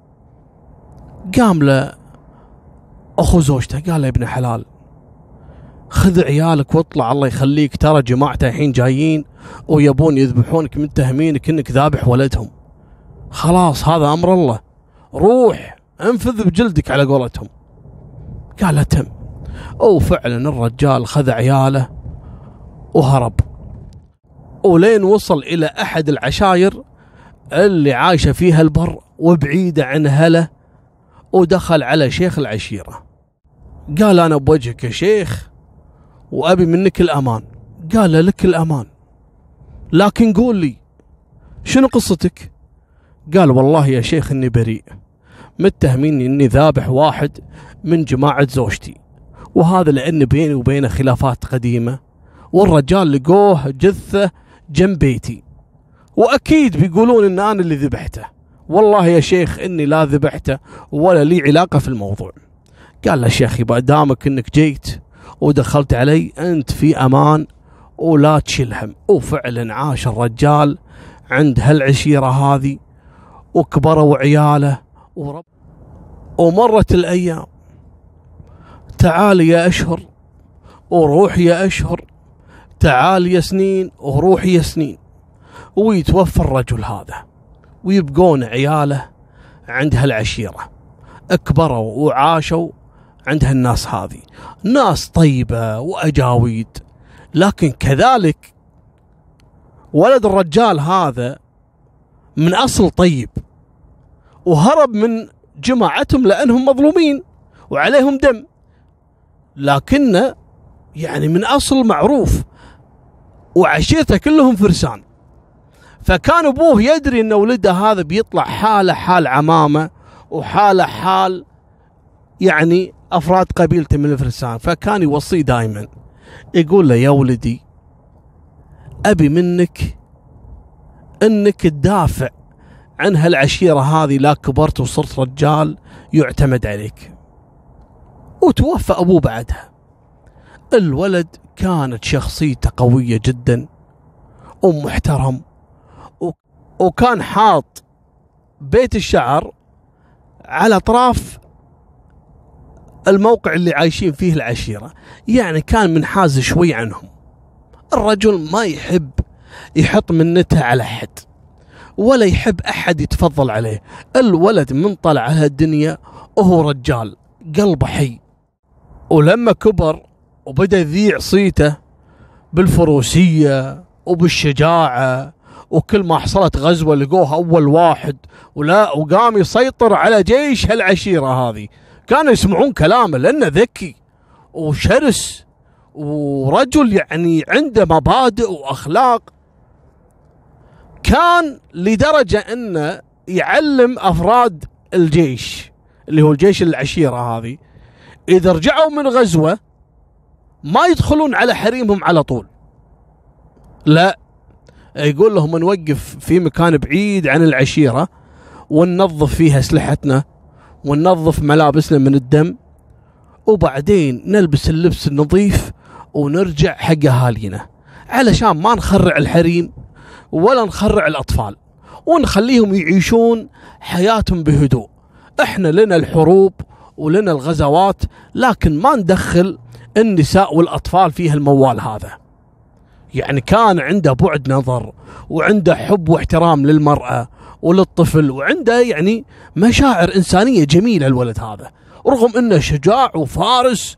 S1: قام له أخو زوجته قال له: يا ابن حلال، خذ عيالك واطلع، الله يخليك، ترى جماعته الحين جايين ويبون يذبحونك، متهمينك انك ذابح ولدهم. خلاص هذا امر الله، روح انفذ بجلدك على قولتهم. قال له: تم. وفعلا الرجال خذ عياله وهرب، ولين وصل الى احد العشاير اللي عايشه فيها البر وبعيده عن اهله، ودخل على شيخ العشيره. قال: انا بوجهك يا شيخ وأبي منك الأمان. قال له: لك الأمان، لكن قول لي شنو قصتك؟ قال: والله يا شيخ إني بريء، متهميني إني ذابح واحد من جماعة زوجتي، وهذا لأن بيني وبينه خلافات قديمة، والرجال لقوه جثة جنب بيتي، وأكيد بيقولون إن أنا اللي ذبحته. والله يا شيخ إني لا ذبحته ولا لي علاقة في الموضوع. قال له: شيخ يبقى دامك إنك جيت ودخلت علي، أنت في أمان ولا تشيل هم. وفعلا عاش الرجال عند هالعشيرة هذه وكبروا عياله ومرت الأيام. تعال يا أشهر وروح يا أشهر، تعال يا سنين وروح يا سنين، ويتوفى الرجل هذا ويبقون عياله عند هالعشيرة، اكبروا وعاشوا عند هالناس هذه، ناس طيبة وأجاويد. لكن كذلك ولد الرجال هذا من أصل طيب، وهرب من جماعتهم لأنهم مظلومين وعليهم دم، لكنه يعني من أصل معروف وعشيرته كلهم فرسان. فكان أبوه يدري أن ولده هذا بيطلع حاله حال عمامة وحاله حال يعني أفراد قبيلته من الفرسان، فكان يوصيه دائما يقول له: يا ولدي، أبي منك أنك تدافع عن هالعشيرة هذه، لا كبرت وصرت رجال يعتمد عليك. وتوفى أبوه بعدها. الولد كانت شخصيته قوية جدا ومحترم، وكان حاط بيت الشعر على أطراف الموقع اللي عايشين فيه العشيرة، يعني كان منحاز شوي عنهم. الرجل ما يحب يحط منته على أحد ولا يحب أحد يتفضل عليه. الولد من طلع على الدنيا وهو رجال قلبه حي. ولما كبر وبدأ يذيع صيته بالفروسية وبالشجاعة، وكل ما حصلت غزوة لقوه أول واحد، وقام يسيطر على جيش هالعشيرة هذه. كانوا يسمعون كلامه لأنه ذكي وشرس ورجل يعني عنده مبادئ وأخلاق. كان لدرجة أنه يعلم أفراد الجيش اللي هو الجيش العشيرة هذه، إذا رجعوا من غزوة ما يدخلون على حريمهم على طول، لا، يقول لهم نوقف في مكان بعيد عن العشيرة وننظف فيها أسلحتنا وننظف ملابسنا من الدم، وبعدين نلبس اللبس النظيف ونرجع حق أهالينا، علشان ما نخرع الحريم ولا نخرع الأطفال، ونخليهم يعيشون حياتهم بهدوء. احنا لنا الحروب ولنا الغزوات، لكن ما ندخل النساء والأطفال فيها الموال هذا. يعني كان عنده بعد نظر وعنده حب واحترام للمرأة وللطفل، وعنده يعني مشاعر إنسانية جميلة الولد هذا، رغم أنه شجاع وفارس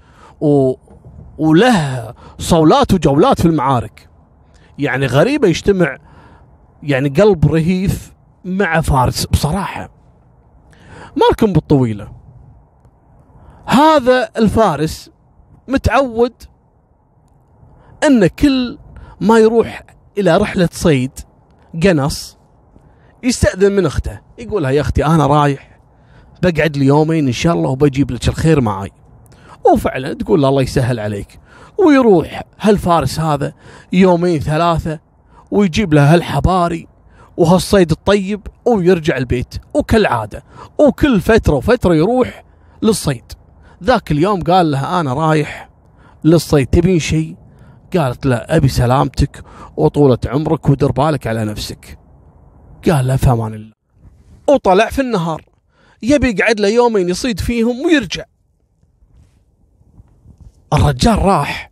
S1: وله صولات وجولات في المعارك. يعني غريبة يجتمع يعني قلب رهيف مع فارس بصراحة. مالكم بالطويلة، هذا الفارس متعود أن كل ما يروح إلى رحلة صيد قنص يستأذن من أخته، يقولها: يا أختي أنا رايح بقعد لي يومين إن شاء الله وبجيب لك الخير معي. وفعلا تقول له: الله يسهل عليك، ويروح هالفارس هذا يومين ثلاثة، ويجيب له هالحباري وهالصيد الطيب ويرجع البيت، وكالعادة وكل فترة وفترة يروح للصيد. ذاك اليوم قال لها أنا رايح للصيد تبين شيء؟ قالت له أبي سلامتك وطولة عمرك ودر بالك على نفسك. قال له فامان الله. وطلع في النهار يبي يقعد له يومين يصيد فيهم ويرجع. الرجال راح،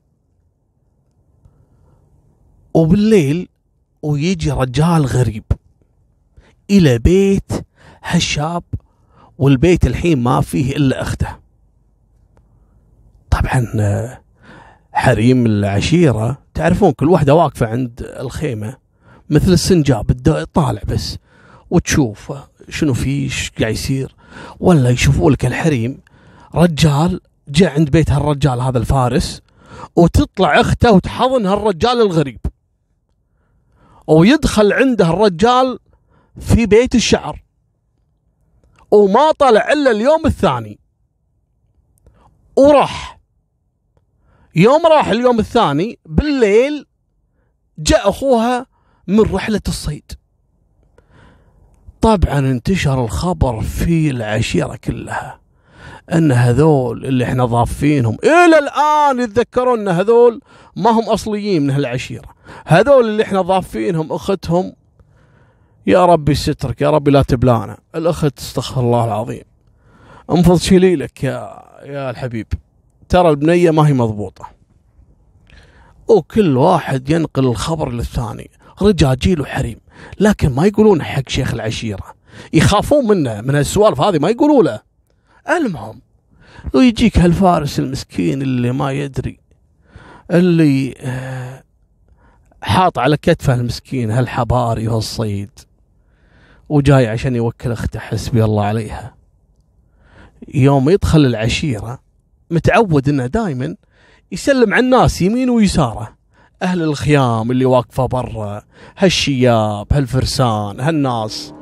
S1: وبالليل ويجي رجال غريب إلى بيت هالشاب، والبيت الحين ما فيه إلا أخته. طبعا حريم العشيرة تعرفون كل واحدة واقفة عند الخيمة مثل السنجاب طالع بس وتشوف شنو فيه ايش قاعد يصير. ولا يشوفوا لك الحريم رجال جاء عند بيت هالرجال هذا الفارس، وتطلع اخته وتحضن هالرجال الغريب، ويدخل عنده الرجال في بيت الشعر، وما طلع الا اليوم الثاني. وراح اليوم الثاني بالليل جاء اخوها من رحلة الصيد. طبعا انتشر الخبر في العشيرة كلها ان هذول اللي احنا ضافينهم الى الان يتذكرون ان هذول ما هم اصليين من هالعشيرة، هذول اللي احنا ضافينهم اختهم. يا ربي سترك، يا ربي لا تبلانا الاخت، استغفر الله العظيم، انفض شيلي لك يا الحبيب، ترى البنية ما هي مضبوطة. وكل واحد ينقل الخبر للثاني، رجاجيل وحريم، لكن ما يقولون حق شيخ العشيرة، يخافون منه، من هالسوالف هذه ما يقولوا له. المهم ويجيك هالفارس المسكين اللي ما يدري، اللي حاط على كتفه المسكين هالحباري وهالصيد، وجاي عشان يوكل اخته حسبي الله عليها. يوم يدخل العشيرة متعود انه دائما يسلم على الناس يمين ويساره، اهل الخيام اللي واقفه برا، هالشياب هالفرسان هالناس.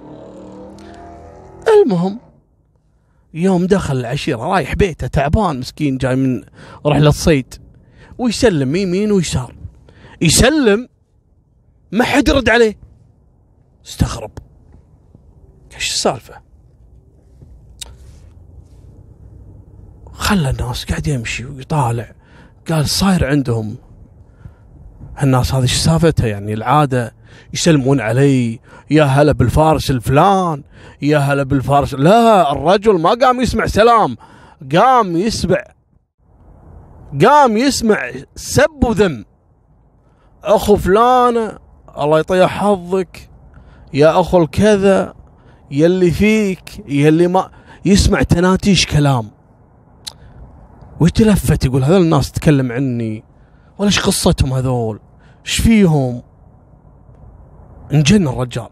S1: المهم يوم دخل العشيرة رايح بيته تعبان مسكين جاي من رحلة صيد، ويسلم يمين ويسار، يسلم ما حد يرد عليه. استغرب ايش السالفة، خلى الناس قاعد يمشي ويطالع، قال صاير عندهم هالناس هذه ايش سالفتها؟ يعني العادة يسلمون علي يا هلا بالفارس الفلان، يا هلا بالفارس. لا، الرجل ما قام يسمع سلام، قام يسمع سب وذم. اخو فلانة الله يطيح حظك، يا اخو الكذا، يلي فيك، يلي ما، يسمع تناتيش كلام. ويتلفت يقول هذول الناس تتكلم عني، ولا ايش قصتهم هذول، ايش فيهم؟ انجن الرجال.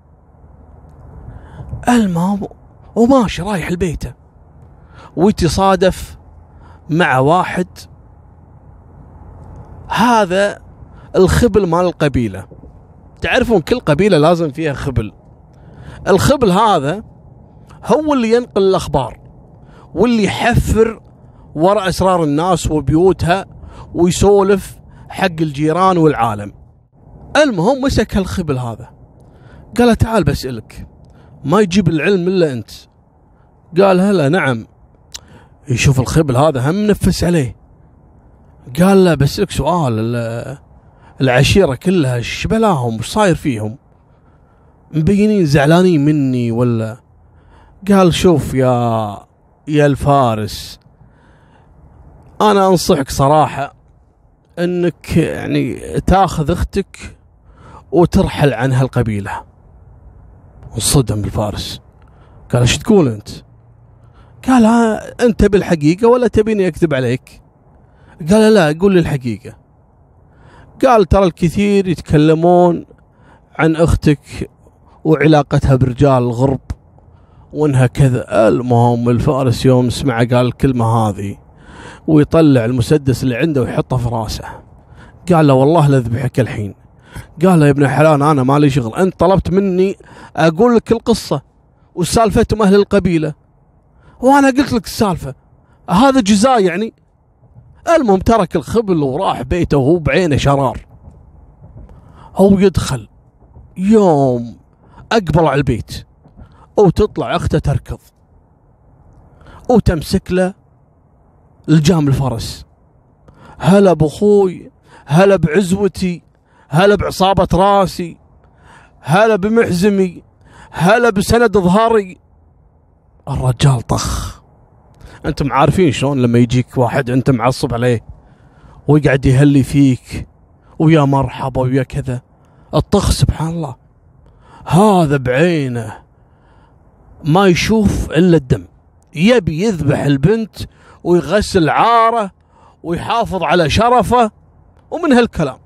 S1: المهم وماشي رايح لبيته، ويتصادف مع واحد، هذا الخبل مال القبيلة. تعرفون كل قبيلة لازم فيها خبل. الخبل هذا هو اللي ينقل الأخبار، واللي يحفر وراء أسرار الناس وبيوتها، ويسولف حق الجيران والعالم. المهم مسك هالخبل هذا، قال تعال بسألك، ما يجيب العلم إلا أنت. قال هلا نعم. يشوف الخبل هذا هم منفس عليه، قال له بسألك سؤال، العشيرة كلها ايش بلاهم، ايش صاير فيهم، مبينين زعلانين مني ولا؟ قال شوف يا الفارس، انا انصحك صراحة انك يعني تاخذ اختك وترحل عن هالقبيلة. انصدم الفارس، قال ايش تقول انت؟ قال انت بالحقيقة ولا تبيني اكذب عليك؟ قال لا قول لي الحقيقة. قال ترى الكثير يتكلمون عن اختك وعلاقتها برجال الغرب وانها كذا. المهم الفارس يوم سمع قال الكلمة هذه، ويطلع المسدس اللي عنده ويحطه في راسه. قال له والله لذبحك الحين. قال له يا ابن حلال انا مالي شغل، انت طلبت مني اقول لك القصة وسالفتهم اهل القبيلة، وانا قلت لك السالفة، هذا جزاء يعني؟ المهم ترك الخبل وراح بيته وهو بعينه شرار. هو يدخل يوم أقبل على البيت، وتطلع أخته تركض وتمسك له الجام الفرس. هلا بأخوي، هلا بعزوتي، هلا بعصابة راسي، هلا بمحزمي، هلا بسند ظهري. الرجال طخ. أنتم عارفين شلون لما يجيك واحد أنت معصب عليه ويقعد يهلي فيك ويا مرحبا ويا كذا، الطخ سبحان الله هذا بعينه ما يشوف إلا الدم، يبي يذبح البنت ويغسل عاره ويحافظ على شرفه ومن هالكلام.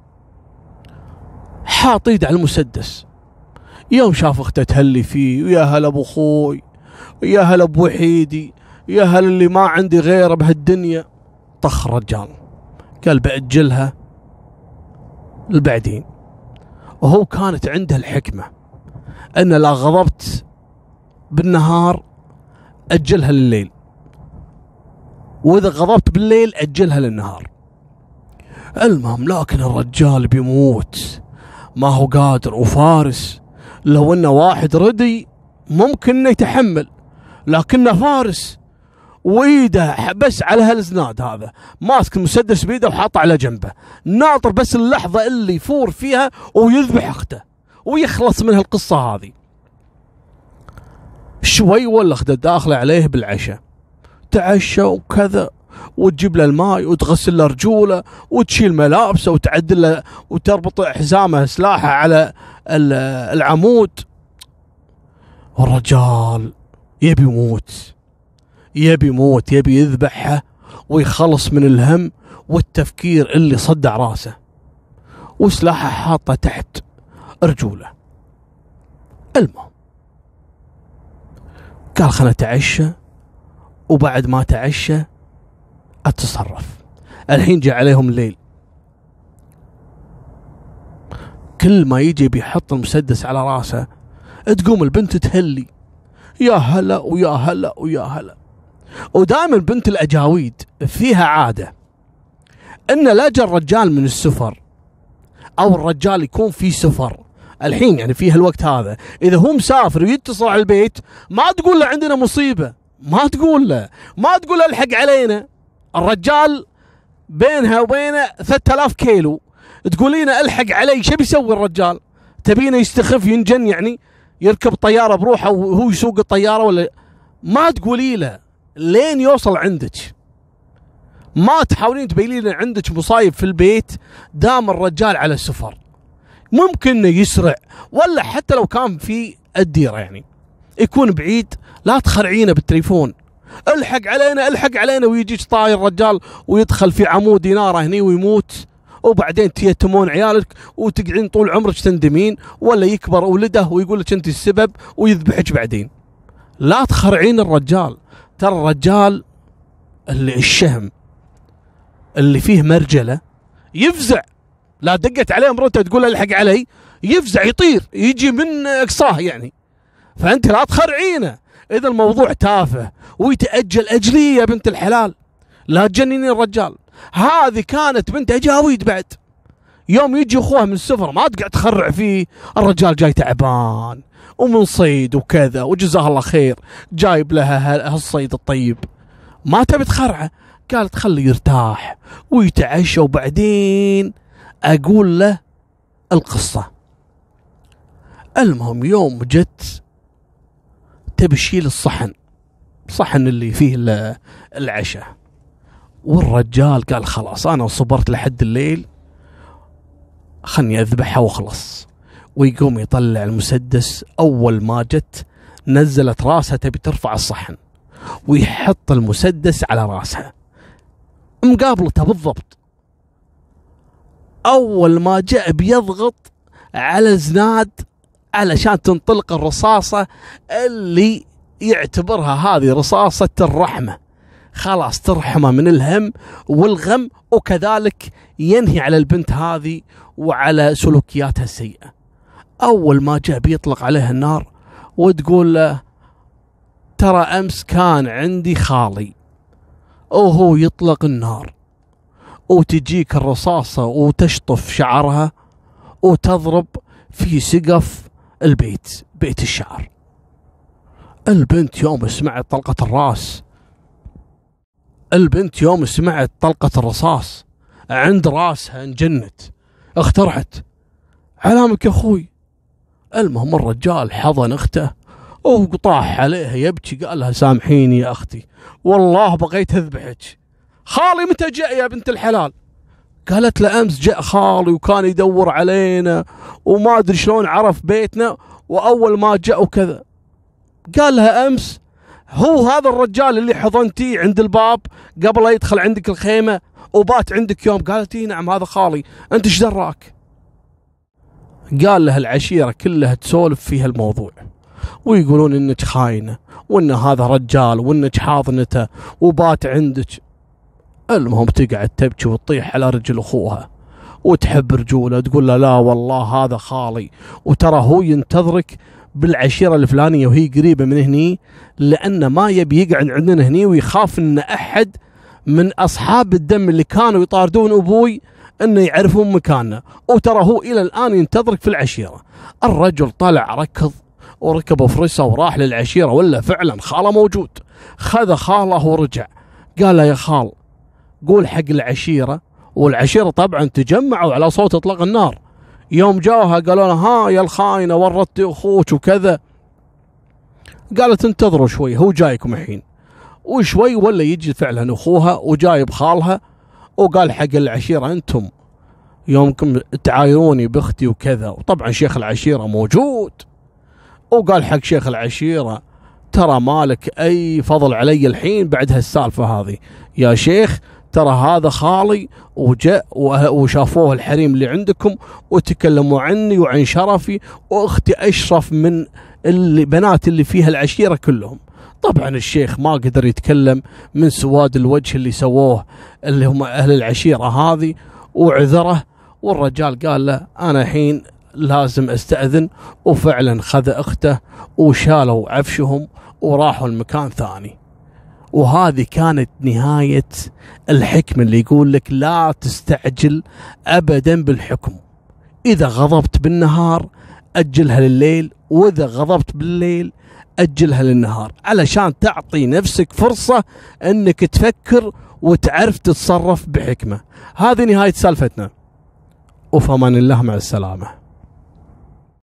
S1: حاط ايده على المسدس، يوم شاف اخته تهلي فيه ويا هلا ابو اخوي، يا هلا بوحيدي، يا هلا اللي ما عندي غيره بهالدنيا، طخ الرجال. قال بأجلها البعدين. وهو كانت عنده الحكمة أن لا غضبت بالنهار أجلها لليل، وإذا غضبت بالليل أجلها للنهار. المهم لكن الرجال بيموت، ما هو قادر، وفارس لو انه واحد ردي ممكن انه يتحمل، لكنه فارس وايده بس على هالزناد، هذا ماسك المسدس بيده وحاطه على جنبه، ناطر بس اللحظة اللي يفور فيها ويذبح اخته ويخلص من هالقصة هذه. شوي ولا اخته داخله عليه بالعشاء، تعشى وكذا، وتجيب له الماء وتغسل له رجوله وتشيل ملابسه وتعدل له وتربط حزامه سلاحه على العمود. والرجال يبي يموت، يبي يموت، يبي يذبحها ويخلص من الهم والتفكير اللي صدع راسه، وسلاحه حاطه تحت رجوله. المهم قال خلنا نتعشى، وبعد ما تعشى أتصرف. الحين جاء عليهم الليل، كل ما يجي بيحط المسدس على راسه تقوم البنت تهلي، يا هلا ويا هلا ويا هلا. ودائما بنت الأجاويد فيها عادة إن لا جاء الرجال من السفر أو الرجال يكون في سفر الحين، يعني في هالوقت هذا إذا هو مسافر ويتصل على البيت ما تقول له عندنا مصيبة، ما تقول له الحق علينا. الرجال بينها وبينه 3000 كيلو، تقولينا الحق علي، شو بيسوي الرجال؟ تبينه يستخف ينجن يعني يركب طيارة بروحه وهو يسوق الطيارة؟ ولا ما تقولي له لين يوصل عندك، ما تحاولين تبينين عندك مصايب في البيت دام الرجال على السفر. ممكن انه يسرع، ولا حتى لو كان في الديرة يعني يكون بعيد، لا تخرعينه بالتليفون الحق علينا الحق علينا، ويجيك طاير الرجال ويدخل في عمود ناره هني ويموت، وبعدين تيتمون عيالك وتقعدين طول عمرك تندمين، ولا يكبر ولده ويقول لك انت السبب ويذبحك بعدين. لا تخرعين الرجال، ترى الرجال اللي الشهم اللي فيه مرجله يفزع، لا دقت عليه مرته تقول له الحق علي يفزع يطير يجي من اقصاه يعني. فانت لا تخرعينه، اذا الموضوع تافه ويتاجل اجليه يا بنت الحلال، لا تجننين الرجال. هذه كانت بنت اجاويد، بعد يوم يجي اخوها من السفر ما تقعد تخرع فيه، الرجال جاي تعبان ومن صيد وكذا وجزاه الله خير جايب لها هالصيد الطيب، ما تبي تخرعه، قالت خليه يرتاح ويتعشى وبعدين اقول له القصة. المهم يوم جت تبي تشيل الصحن اللي فيه العشاء، والرجال قال خلاص انا صبرت لحد الليل خلني اذبحها واخلص، ويقوم يطلع المسدس. اول ما جت نزلت راسها تبي ترفع الصحن ويحط المسدس على راسها مقابلته بالضبط. اول ما جاء بيضغط على زناد علشان تنطلق الرصاصة اللي يعتبرها هذه رصاصة الرحمة، خلاص ترحمه من الهم والغم، وكذلك ينهي على البنت هذه وعلى سلوكياتها السيئة. أول ما جاء بيطلق عليها النار وتقول له ترى أمس كان عندي خالي وهو يطلق النار، وتجيك الرصاصة وتشطف شعرها وتضرب في سقف البيت، بيت الشعر. البنت يوم سمعت طلقة الراس، البنت يوم سمعت طلقة الرصاص عند راسها انجنت، اخترعت علامك يا اخوي. المهم الرجال حضن اخته وطاح عليها يبكي، قال لها سامحيني يا اختي، والله بغيت اذبحك. خالي متى جاء يا بنت الحلال؟ قالت له امس جاء خالي وكان يدور علينا وما ادري شلون عرف بيتنا، واول ما جاء وكذا. قال لها امس هو هذا الرجال اللي حضنتيه عند الباب قبل لا يدخل عندك الخيمه وبات عندك يوم؟ قالت اي نعم هذا خالي، انت ايش دراك؟ قال لها العشيره كلها تسولف في هالموضوع ويقولون انك خاينه وان هذا رجال وانك حاضنته وبات عندك. المهم تقعد تبكي وتطيح على رجل اخوها وتحب رجوله، تقول له لا والله هذا خالي، وترى هو ينتظرك بالعشيره الفلانيه وهي قريبه من هني، لانه ما يبي يقعد عندنا هني ويخاف ان احد من اصحاب الدم اللي كانوا يطاردون ابوي انه يعرفون مكاننا، وترى هو الى الان ينتظرك في العشيره. الرجل طلع ركض وركب فرسه وراح للعشيره، ولا فعلا خاله موجود. خذ خاله ورجع، قال له يا خال قول حق العشيره، والعشيره طبعا تجمعوا على صوت اطلاق النار. يوم جاوها قالوا لها ها يا الخاينه ورطتي اخوك وكذا. قالت انتظروا شوي هو جايكم الحين. وشوي ولا يجي فعلا اخوها وجايب خالها، وقال حق العشيره انتم يومكم تعايروني باختي وكذا، وطبعا شيخ العشيره موجود. وقال حق شيخ العشيره ترى مالك اي فضل علي الحين بعد هالسالفه هذه يا شيخ، ترى هذا خالي وجاء وشافوه الحريم اللي عندكم وتكلموا عني وعن شرفي، واختي اشرف من البنات اللي فيها العشيره كلهم. طبعا الشيخ ما قدر يتكلم من سواد الوجه اللي سووه اللي هم اهل العشيره هذه، وعذره. والرجال قال له انا الحين لازم استأذن، وفعلا خذ اخته وشالوا عفشهم وراحوا المكان ثاني. وهذه كانت نهاية الحكمة اللي يقول لك لا تستعجل أبدا بالحكم. إذا غضبت بالنهار أجلها لليل، وإذا غضبت بالليل أجلها للنهار، علشان تعطي نفسك فرصة أنك تفكر وتعرف تتصرف بحكمة. هذه نهاية سالفتنا، وفمان الله، مع السلامة.